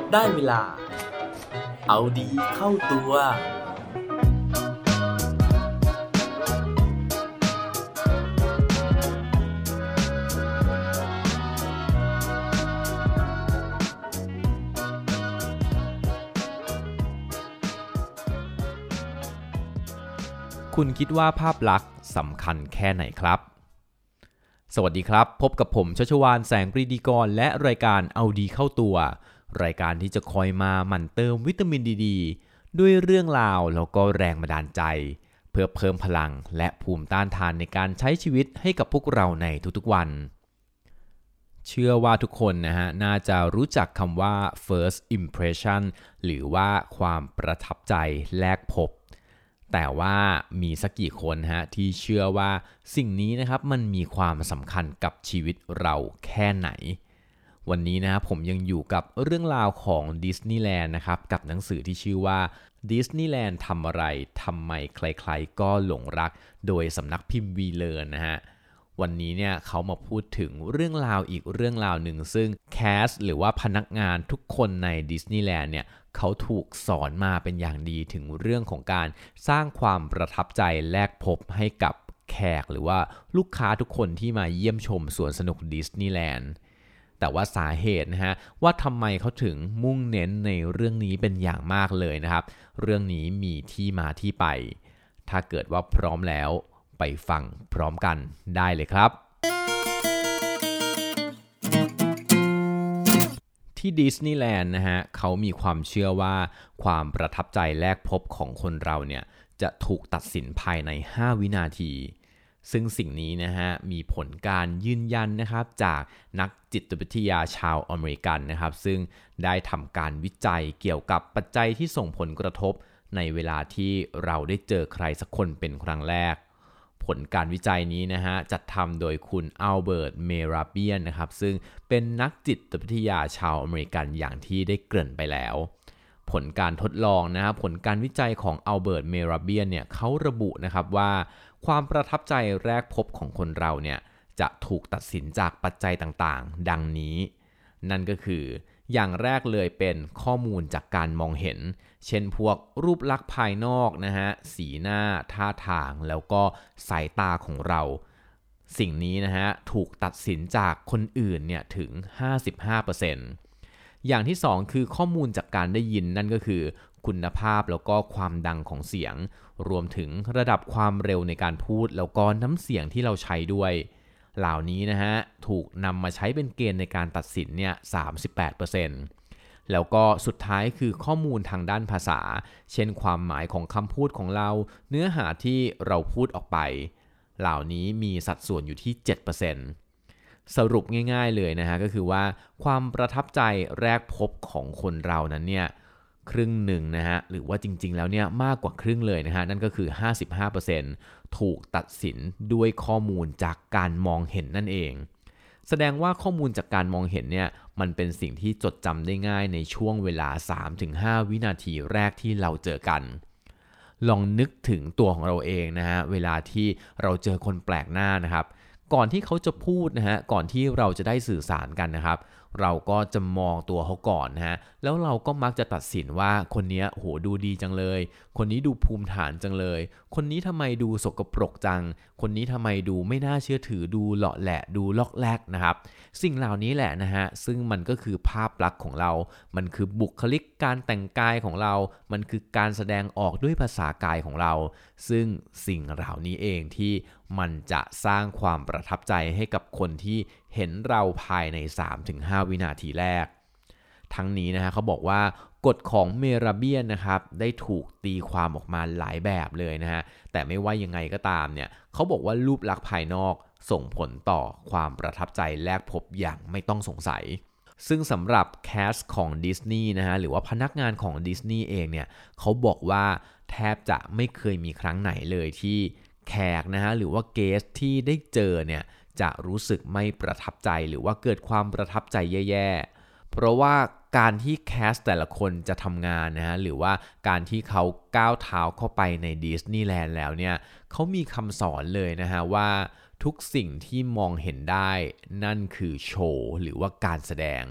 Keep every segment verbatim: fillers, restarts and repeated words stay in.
ได้เวลาเอาดีเข้าตัวคุณคิดว่าภาพลักษณ์สำคัญแค่ไหนครับสวัสดีครับพบกับผมชัชวาลแสงปรีดีกรและรายการเอาดีเข้าตัวรายการที่จะคอยมาหมั่นเติมวิตามินดีดด้วยเรื่องราวแล้วก็แรงบันดาลใจเพื่อเพิ่มพลังและภูมิต้านทานในการใช้ชีวิตให้กับพวกเราในทุกๆวันเชื่อว่าทุกคนนะฮะน่าจะรู้จักคำว่า first impression หรือว่าความประทับใจแรกพบแต่ว่ามีสักกี่คนฮะที่เชื่อว่าสิ่งนี้นะครับมันมีความสำคัญกับชีวิตเราแค่ไหนวันนี้นะครับผมยังอยู่กับเรื่องราวของดิสนีย์แลนด์นะครับกับหนังสือที่ชื่อว่าดิสนีย์แลนด์ทำอะไรทำไมใครๆก็หลงรักโดยสำนักพิมพ์วีเลอร์นะฮะวันนี้เนี่ยเขามาพูดถึงเรื่องราวอีกเรื่องราวหนึ่งซึ่งแคสหรือว่าพนักงานทุกคนในดิสนีย์แลนด์เนี่ยเขาถูกสอนมาเป็นอย่างดีถึงเรื่องของการสร้างความประทับใจแลกพบให้กับแขกหรือว่าลูกค้าทุกคนที่มาเยี่ยมชมสวนสนุกดิสนีย์แลนด์แต่ว่าสาเหตุนะฮะว่าทำไมเขาถึงมุ่งเน้นในเรื่องนี้เป็นอย่างมากเลยนะครับเรื่องนี้มีที่มาที่ไปถ้าเกิดว่าพร้อมแล้วไปฟังพร้อมกันได้เลยครับที่ดิสนีย์แลนด์นะฮะเขามีความเชื่อว่าความประทับใจแรกพบของคนเราเนี่ยจะถูกตัดสินภายในห้าวินาทีซึ่งสิ่งนี้นะฮะมีผลการยืนยันนะครับจากนักจิตวิทยาชาวอเมริกันนะครับซึ่งได้ทำการวิจัยเกี่ยวกับปัจจัยที่ส่งผลกระทบในเวลาที่เราได้เจอใครสักคนเป็นครั้งแรกผลการวิจัยนี้นะฮะจัดทำโดยคุณอัลเบิร์ตเมราเบียนนะครับซึ่งเป็นนักจิตวิทยาชาวอเมริกันอย่างที่ได้เกริ่นไปแล้วผลการทดลองนะครับผลการวิจัยของอัลเบิร์ตเมราเบียนเนี่ยเขาระบุนะครับว่าความประทับใจแรกพบของคนเราเนี่ยจะถูกตัดสินจากปัจจัยต่างๆดังนี้นั่นก็คืออย่างแรกเลยเป็นข้อมูลจากการมองเห็นเช่นพวกรูปลักษณ์ภายนอกนะฮะสีหน้าท่าทางแล้วก็สายตาของเราสิ่งนี้นะฮะถูกตัดสินจากคนอื่นเนี่ยถึง ห้าสิบห้าเปอร์เซ็นต์ อย่างที่สองคือข้อมูลจากการได้ยินนั่นก็คือคุณภาพแล้วก็ความดังของเสียงรวมถึงระดับความเร็วในการพูดแล้วก็น้ำเสียงที่เราใช้ด้วยเหล่านี้นะฮะถูกนำมาใช้เป็นเกณฑ์ในการตัดสินเนี่ย สามสิบแปดเปอร์เซ็นต์ แล้วก็สุดท้ายคือข้อมูลทางด้านภาษาเช่นความหมายของคำพูดของเราเนื้อหาที่เราพูดออกไปเหล่านี้มีสัดส่วนอยู่ที่ เจ็ดเปอร์เซ็นต์ สรุปง่ายๆเลยนะฮะก็คือว่าความประทับใจแรกพบของคนเรานั้นเนี่ยครึ่งหนึ่งนะฮะหรือว่าจริงๆแล้วเนี่ยมากกว่าครึ่งเลยนะฮะนั่นก็คือ ห้าสิบห้าเปอร์เซ็นต์ ถูกตัดสินด้วยข้อมูลจากการมองเห็นนั่นเองแสดงว่าข้อมูลจากการมองเห็นเนี่ยมันเป็นสิ่งที่จดจำได้ง่ายในช่วงเวลา สามถึงห้า วินาทีแรกที่เราเจอกันลองนึกถึงตัวของเราเองนะฮะเวลาที่เราเจอคนแปลกหน้านะครับก่อนที่เขาจะพูดนะฮะก่อนที่เราจะได้สื่อสารกันนะครับเราก็จะมองตัวเขาก่อนนะฮะแล้วเราก็มักจะตัดสินว่าคนนี้โหดูดีจังเลยคนนี้ดูภูมิฐานจังเลยคนนี้ทำไมดูสกปรกจังคนนี้ทำไมดูไม่น่าเชื่อถือดูเลาะแหละดูลอกแลกนะครับสิ่งเหล่านี้แหละนะฮะซึ่งมันก็คือภาพลักษณ์ของเรามันคือบุคลิกการแต่งกายของเรามันคือการแสดงออกด้วยภาษากายของเราซึ่งสิ่งเหล่านี้เองที่มันจะสร้างความประทับใจให้กับคนที่เห็นเราภายใน สามถึงห้า วินาทีแรกทั้งนี้นะฮะเขาบอกว่ากฎของเมราเบียนนะครับได้ถูกตีความออกมาหลายแบบเลยนะฮะแต่ไม่ว่ายังไงก็ตามเนี่ยเขาบอกว่ารูปลักษณ์ภายนอกส่งผลต่อความประทับใจแรกพบอย่างไม่ต้องสงสัยซึ่งสำหรับแคสของดิสนีย์นะฮะหรือว่าพนักงานของดิสนีย์เองเนี่ยเขาบอกว่าแทบจะไม่เคยมีครั้งไหนเลยที่แขกนะฮะหรือว่าเกสที่ได้เจอเนี่ยจะรู้สึกไม่ประทับใจหรือว่าเกิดความประทับใจแย่ๆเพราะว่าการที่แคสแต่ละคนจะทำงานนะฮะหรือว่าการที่เขาก้าวเท้าเข้าไปในดิสนีย์แลนด์แล้วเนี่ยเขามีคำสอนเลยนะฮะว่าทุกสิ่งที่มองเห็นได้นั่นคือโชว์หรือว่าการแสดง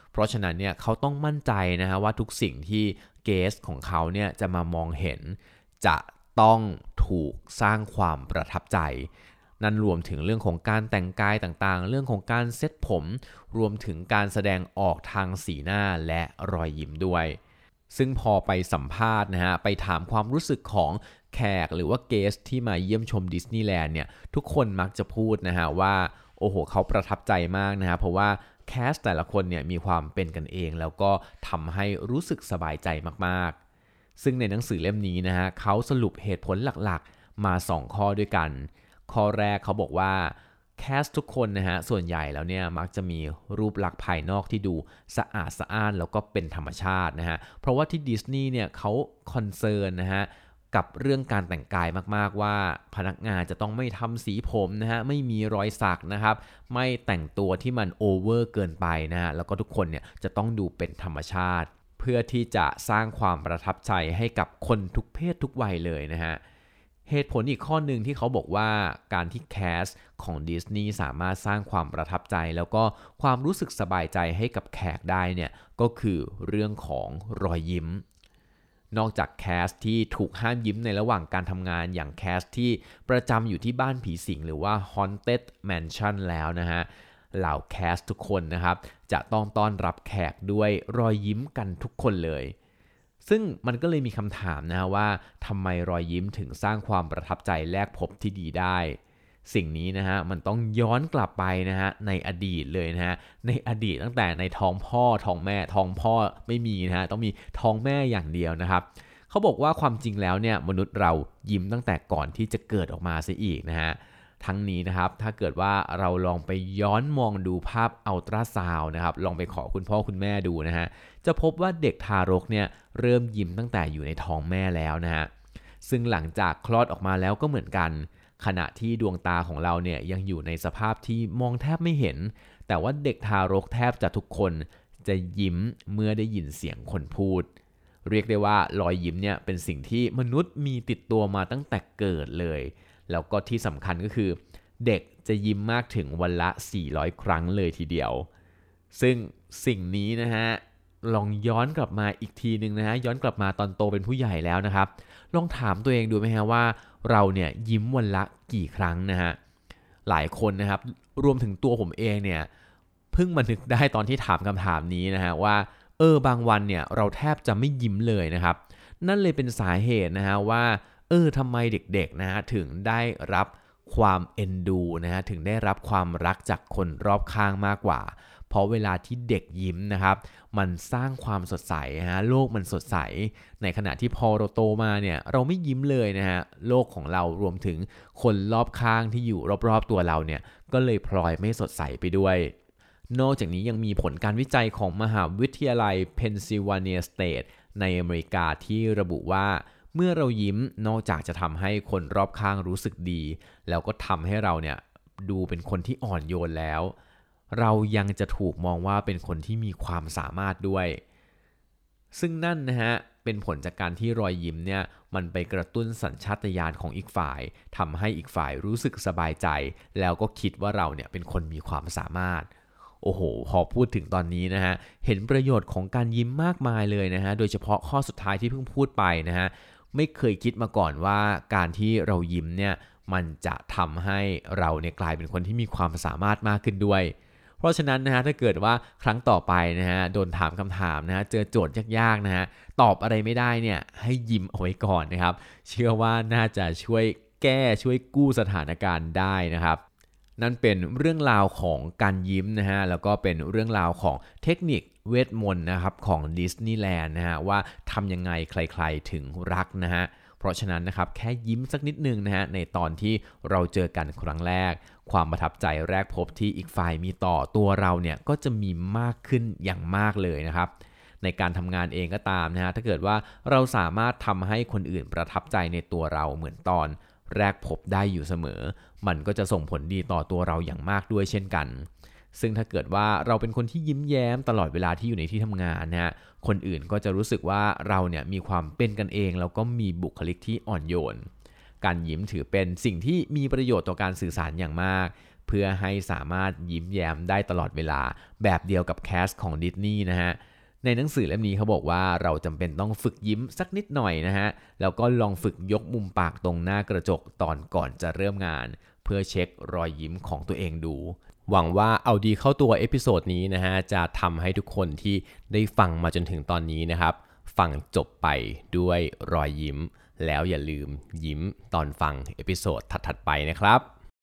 เพราะฉะนั้นเนี่ยเขาต้องมั่นใจนะฮะว่าทุกสิ่งที่เกสของเขาเนี่ยจะมามองเห็นจะต้องถูกสร้างความประทับใจนั่นรวมถึงเรื่องของการแต่งกายต่างๆเรื่องของการเซ็ตผมรวมถึงการแสดงออกทางสีหน้าและรอยยิ้มด้วยซึ่งพอไปสัมภาษณ์นะฮะไปถามความรู้สึกของแขกหรือว่าเกสที่มาเยี่ยมชมดิสนีย์แลนด์เนี่ยทุกคนมักจะพูดนะฮะว่าโอ้โหเขาประทับใจมากนะฮะเพราะว่าแคสแต่ละคนเนี่ยมีความเป็นกันเองแล้วก็ทำให้รู้สึกสบายใจมากๆซึ่งในหนังสือเล่มนี้นะฮะเขาสรุปเหตุผลหลักๆมาสองข้อด้วยกันข้อแรกเขาบอกว่าแคสทุกคนนะฮะส่วนใหญ่แล้วเนี่ยมักจะมีรูปลักษณ์ภายนอกที่ดูสะอาดสะอ้านแล้วก็เป็นธรรมชาตินะฮะเพราะว่าที่ดิสนีย์เนี่ยเขาคอนเซิร์นนะฮะกับเรื่องการแต่งกายมากๆว่าพนักงานจะต้องไม่ทำสีผมนะฮะไม่มีรอยสักนะครับไม่แต่งตัวที่มันโอเวอร์เกินไปนะฮะแล้วก็ทุกคนเนี่ยจะต้องดูเป็นธรรมชาติเพื่อที่จะสร้างความประทับใจให้กับคนทุกเพศทุกวัยเลยนะฮะเหตุผลอีกข้อหนึ่งที่เขาบอกว่าการที่แคสของดิสนีย์สามารถสร้างความประทับใจแล้วก็ความรู้สึกสบายใจให้กับแขกได้เนี่ยก็คือเรื่องของรอยยิ้มนอกจากแคสที่ถูกห้ามยิ้มในระหว่างการทำงานอย่างแคสที่ประจำอยู่ที่บ้านผีสิงหรือว่า Haunted Mansion แล้วนะฮะเหล่าแคสทุกคนนะครับจะต้องต้อนรับแขกด้วยรอยยิ้มกันทุกคนเลยซึ่งมันก็เลยมีคำถามนะว่าทำไมรอยยิ้มถึงสร้างความประทับใจแลกพบที่ดีได้สิ่งนี้นะฮะมันต้องย้อนกลับไปนะฮะในอดีตเลยนะฮะในอดีตตั้งแต่ในท้องพ่อท้องแม่ท้องพ่อไม่มีนะฮะต้องมีท้องแม่อย่างเดียวนะครับเขาบอกว่าความจริงแล้วเนี่ยมนุษย์เรายิ้มตั้งแต่ก่อนที่จะเกิดออกมาซะอีกนะฮะทั้งนี้นะครับถ้าเกิดว่าเราลองไปย้อนมองดูภาพอัลตราซาวด์นะครับลองไปขอคุณพ่อคุณแม่ดูนะฮะจะพบว่าเด็กทารกเนี่ยเริ่มยิ้มตั้งแต่อยู่ในท้องแม่แล้วนะฮะซึ่งหลังจากคลอดออกมาแล้วก็เหมือนกันขณะที่ดวงตาของเราเนี่ยยังอยู่ในสภาพที่มองแทบไม่เห็นแต่ว่าเด็กทารกแทบจะทุกคนจะยิ้มเมื่อได้ยินเสียงคนพูดเรียกได้ว่ารอยยิ้มเนี่ยเป็นสิ่งที่มนุษย์มีติดตัวมาตั้งแต่เกิดเลยแล้วก็ที่สำคัญก็คือเด็กจะยิ้มมากถึงวันละสี่ร้อยครั้งเลยทีเดียวซึ่งสิ่งนี้นะฮะลองย้อนกลับมาอีกทีนึงนะฮะย้อนกลับมาตอนโตเป็นผู้ใหญ่แล้วนะครับลองถามตัวเองดูไหมฮะว่าเราเนี่ยยิ้มวันละกี่ครั้งนะฮะหลายคนนะครับรวมถึงตัวผมเองเนี่ยเพิ่งมานึกได้ตอนที่ถามคำถามนี้นะฮะว่าเออบางวันเนี่ยเราแทบจะไม่ยิ้มเลยนะครับนั่นเลยเป็นสาเหตุนะฮะว่าเออทำไมเด็กๆนะฮะถึงได้รับความเอ็นดูนะฮะถึงได้รับความรักจากคนรอบข้างมากกว่าเพราะเวลาที่เด็กยิ้มนะครับมันสร้างความสดใสฮะโลกมันสดใสในขณะที่พอเราโตมาเนี่ยเราไม่ยิ้มเลยนะฮะโลกของเรารวมถึงคนรอบข้างที่อยู่รอบๆตัวเราเนี่ยก็เลยพลอยไม่สดใสไปด้วยนอกจากนี้ยังมีผลการวิจัยของมหาวิทยาลัยเพนซิลเวเนียสเตทในอเมริกาที่ระบุว่าเมื่อเรายิ้มนอกจากจะทำให้คนรอบข้างรู้สึกดีแล้วก็ทำให้เราเนี่ยดูเป็นคนที่อ่อนโยนแล้วเรายังจะถูกมองว่าเป็นคนที่มีความสามารถด้วยซึ่งนั่นนะฮะเป็นผลจากการที่รอยยิ้มเนี่ยมันไปกระตุ้นสัญชาตญาณของอีกฝ่ายทำให้อีกฝ่ายรู้สึกสบายใจแล้วก็คิดว่าเราเนี่ยเป็นคนมีความสามารถโอ้โหพอพูดถึงตอนนี้นะฮะเห็นประโยชน์ของการยิ้มมากมายเลยนะฮะโดยเฉพาะข้อสุดท้ายที่เพิ่งพูดไปนะฮะไม่เคยคิดมาก่อนว่าการที่เรายิ้มเนี่ยมันจะทำให้เราเนี่ยกลายเป็นคนที่มีความสามารถมากขึ้นด้วยเพราะฉะนั้นนะฮะถ้าเกิดว่าครั้งต่อไปนะฮะโดนถามคำถามนะฮะเจอโจทย์ยากๆนะฮะตอบอะไรไม่ได้เนี่ยให้ยิ้มเอาไว้ก่อนนะครับเชื่อว่าน่าจะช่วยแก้ช่วยกู้สถานการณ์ได้นะครับนั่นเป็นเรื่องราวของการยิ้มนะฮะแล้วก็เป็นเรื่องราวของเทคนิคเวทมนต์นะครับของดิสนีย์แลนด์นะฮะว่าทำยังไงใครๆถึงรักนะฮะเพราะฉะนั้นนะครับแค่ยิ้มสักนิดนึงนะฮะในตอนที่เราเจอกันครั้งแรกความประทับใจแรกพบที่อีกฝ่ายมีต่อตัวเราเนี่ยก็จะมีมากขึ้นอย่างมากเลยนะครับในการทำงานเองก็ตามนะฮะถ้าเกิดว่าเราสามารถทำให้คนอื่นประทับใจในตัวเราเหมือนตอนแรกพบได้อยู่เสมอมันก็จะส่งผลดีต่อตัวเราอย่างมากด้วยเช่นกันซึ่งถ้าเกิดว่าเราเป็นคนที่ยิ้มแย้มตลอดเวลาที่อยู่ในที่ทำงานนะฮะคนอื่นก็จะรู้สึกว่าเราเนี่ยมีความเป็นกันเองแล้วก็มีบุคลิกที่อ่อนโยนการยิ้มถือเป็นสิ่งที่มีประโยชน์ต่อการสื่อสารอย่างมากเพื่อให้สามารถยิ้มแย้มได้ตลอดเวลาแบบเดียวกับแคสของดิสนีย์นะฮะในหนังสือเล่มนี้เขาบอกว่าเราจำเป็นต้องฝึกยิ้มสักนิดหน่อยนะฮะแล้วก็ลองฝึกยกมุมปากตรงหน้ากระจกตอนก่อนจะเริ่มงานเพื่อเช็ครอยยิ้มของตัวเองดูหวังว่าเอาดีเข้าตัวเอพิโซดนี้นะฮะจะทำให้ทุกคนที่ได้ฟังมาจนถึงตอนนี้นะครับฟังจบไปด้วยรอยยิ้มแล้วอย่าลืมยิ้มตอนฟังเอพิโซดถัดๆไปนะครับ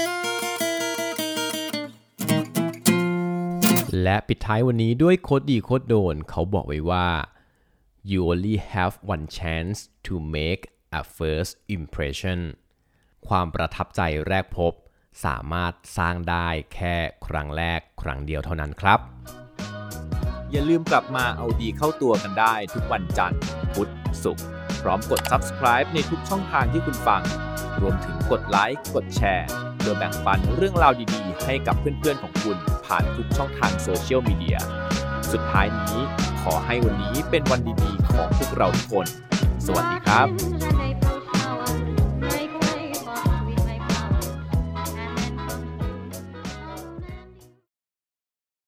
และปิดท้ายวันนี้ด้วยโค้ดดีโค้ดโดนเขาบอกไว้ว่า you only have one chance to make a first impression ความประทับใจแรกพบสามารถสร้างได้แค่ครั้งแรกครั้งเดียวเท่านั้นครับอย่าลืมกลับมาเอาดีเข้าตัวกันได้ทุกวันจันทร์พุธศุกร์พร้อมกด Subscribe ในทุกช่องทางที่คุณฟังรวมถึงกดไลค์กดแชร์เพื่อแบ่งปันเรื่องราวดีๆให้กับเพื่อนๆของคุณผ่านทุกช่องทางโซเชียลมีเดียสุดท้ายนี้ขอให้วันนี้เป็นวันดีๆของพวกเราทุกคนสวัสดีครับ